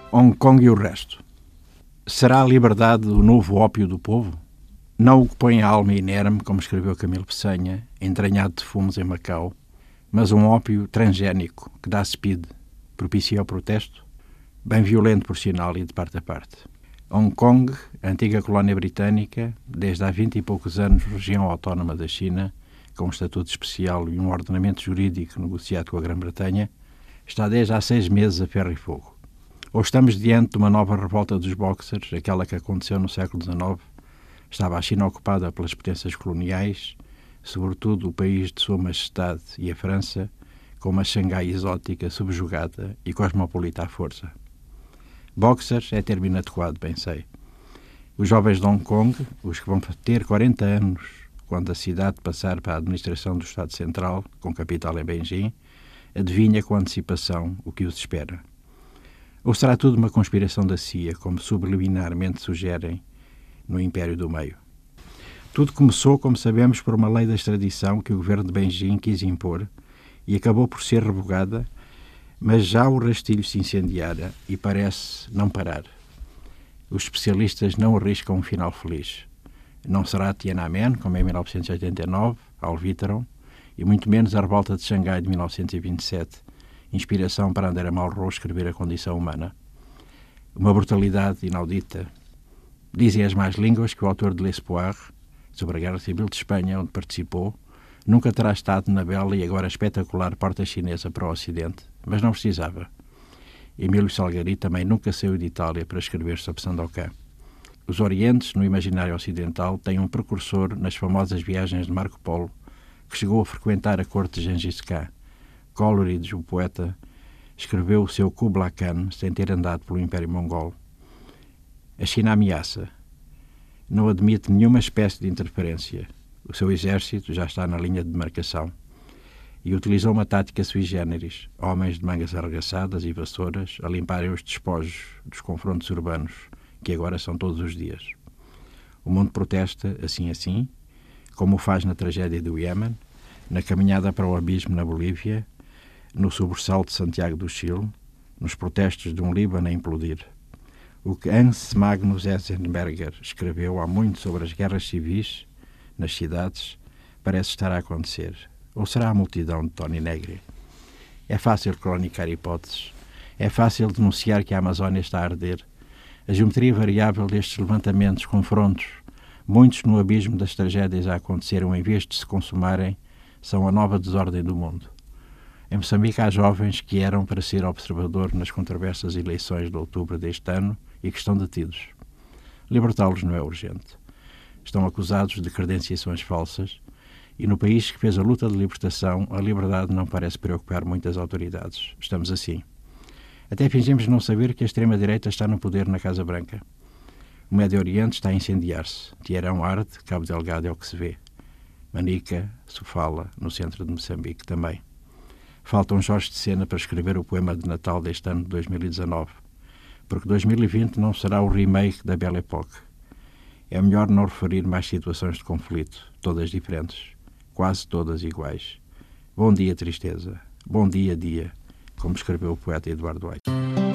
Hong Kong e o resto. Será a liberdade o novo ópio do povo? Não o que põe a alma inerme, como escreveu Camilo Peçanha, entranhado de fumos em Macau, mas um ópio transgénico que dá speed, propicia o protesto, bem violento por sinal e de parte a parte. Hong Kong, antiga colónia britânica, desde há 20 e poucos anos região autónoma da China, com um estatuto especial e um ordenamento jurídico negociado com a Grã-Bretanha, está desde há 6 meses a ferro e fogo. Ou estamos diante de uma nova revolta dos Boxers, aquela que aconteceu no século XIX. Estava a China ocupada pelas potências coloniais, sobretudo o país de Sua Majestade e a França, com uma Xangai exótica, subjugada e cosmopolita à força. Boxers é termo inadequado, bem sei. Os jovens de Hong Kong, os que vão ter 40 anos quando a cidade passar para a administração do Estado Central, com capital em Beijing, adivinha com antecipação o que os espera. Ou será tudo uma conspiração da CIA, como subliminarmente sugerem no Império do Meio? Tudo começou, como sabemos, por uma lei da extradição que o governo de Beijing quis impor e acabou por ser revogada, mas já o rastilho se incendiara e parece não parar. Os especialistas não arriscam um final feliz. Não será Tiananmen, como em 1989, Alvítaron, e muito menos a revolta de Xangai de 1927, inspiração para André Malraux escrever A Condição Humana. Uma brutalidade inaudita. Dizem as más línguas que o autor de L'Espoir, sobre a Guerra Civil de Espanha, onde participou, nunca terá estado na bela e agora espetacular porta chinesa para o Ocidente, mas não precisava. Emílio Salgari também nunca saiu de Itália para escrever sobre Sandokan. Os Orientes, no imaginário ocidental, têm um precursor nas famosas viagens de Marco Polo, que chegou a frequentar a corte de Gengis Khan. Coleridge, o poeta, escreveu o seu Kubla Khan sem ter andado pelo Império Mongol. A China ameaça. Não admite nenhuma espécie de interferência. O seu exército já está na linha de demarcação e utilizou uma tática sui generis, homens de mangas arregaçadas e vassouras a limparem os despojos dos confrontos urbanos, que agora são todos os dias. O mundo protesta assim, como o faz na tragédia do Iêmen, na caminhada para o abismo na Bolívia, no sobressalto de Santiago do Chile, nos protestos de um Líbano a implodir. O que Hans Magnus Enzensberger escreveu há muito sobre as guerras civis nas cidades parece estar a acontecer. Ou será a multidão de Tony Negri? É fácil cronicar hipóteses. É fácil denunciar que a Amazónia está a arder. A geometria variável destes levantamentos, confrontos, muitos no abismo das tragédias a acontecerem em vez de se consumarem, são a nova desordem do mundo. Em Moçambique há jovens que eram para ser observador nas controversas eleições de outubro deste ano e que estão detidos. Libertá-los não é urgente. Estão acusados de credenciações falsas e no país que fez a luta de libertação, a liberdade não parece preocupar muitas autoridades. Estamos assim. Até fingimos não saber que a extrema-direita está no poder na Casa Branca. O Médio Oriente está a incendiar-se. Teherão arde, Cabo Delgado é o que se vê. Manica, Sofala, no centro de Moçambique também. Falta um Jorge de Sena para escrever o poema de Natal deste ano de 2019, porque 2020 não será o remake da Belle Époque. É melhor não referir mais situações de conflito, todas diferentes, quase todas iguais. Bom dia, tristeza. Bom dia, dia, como escreveu o poeta Eduardo Aires.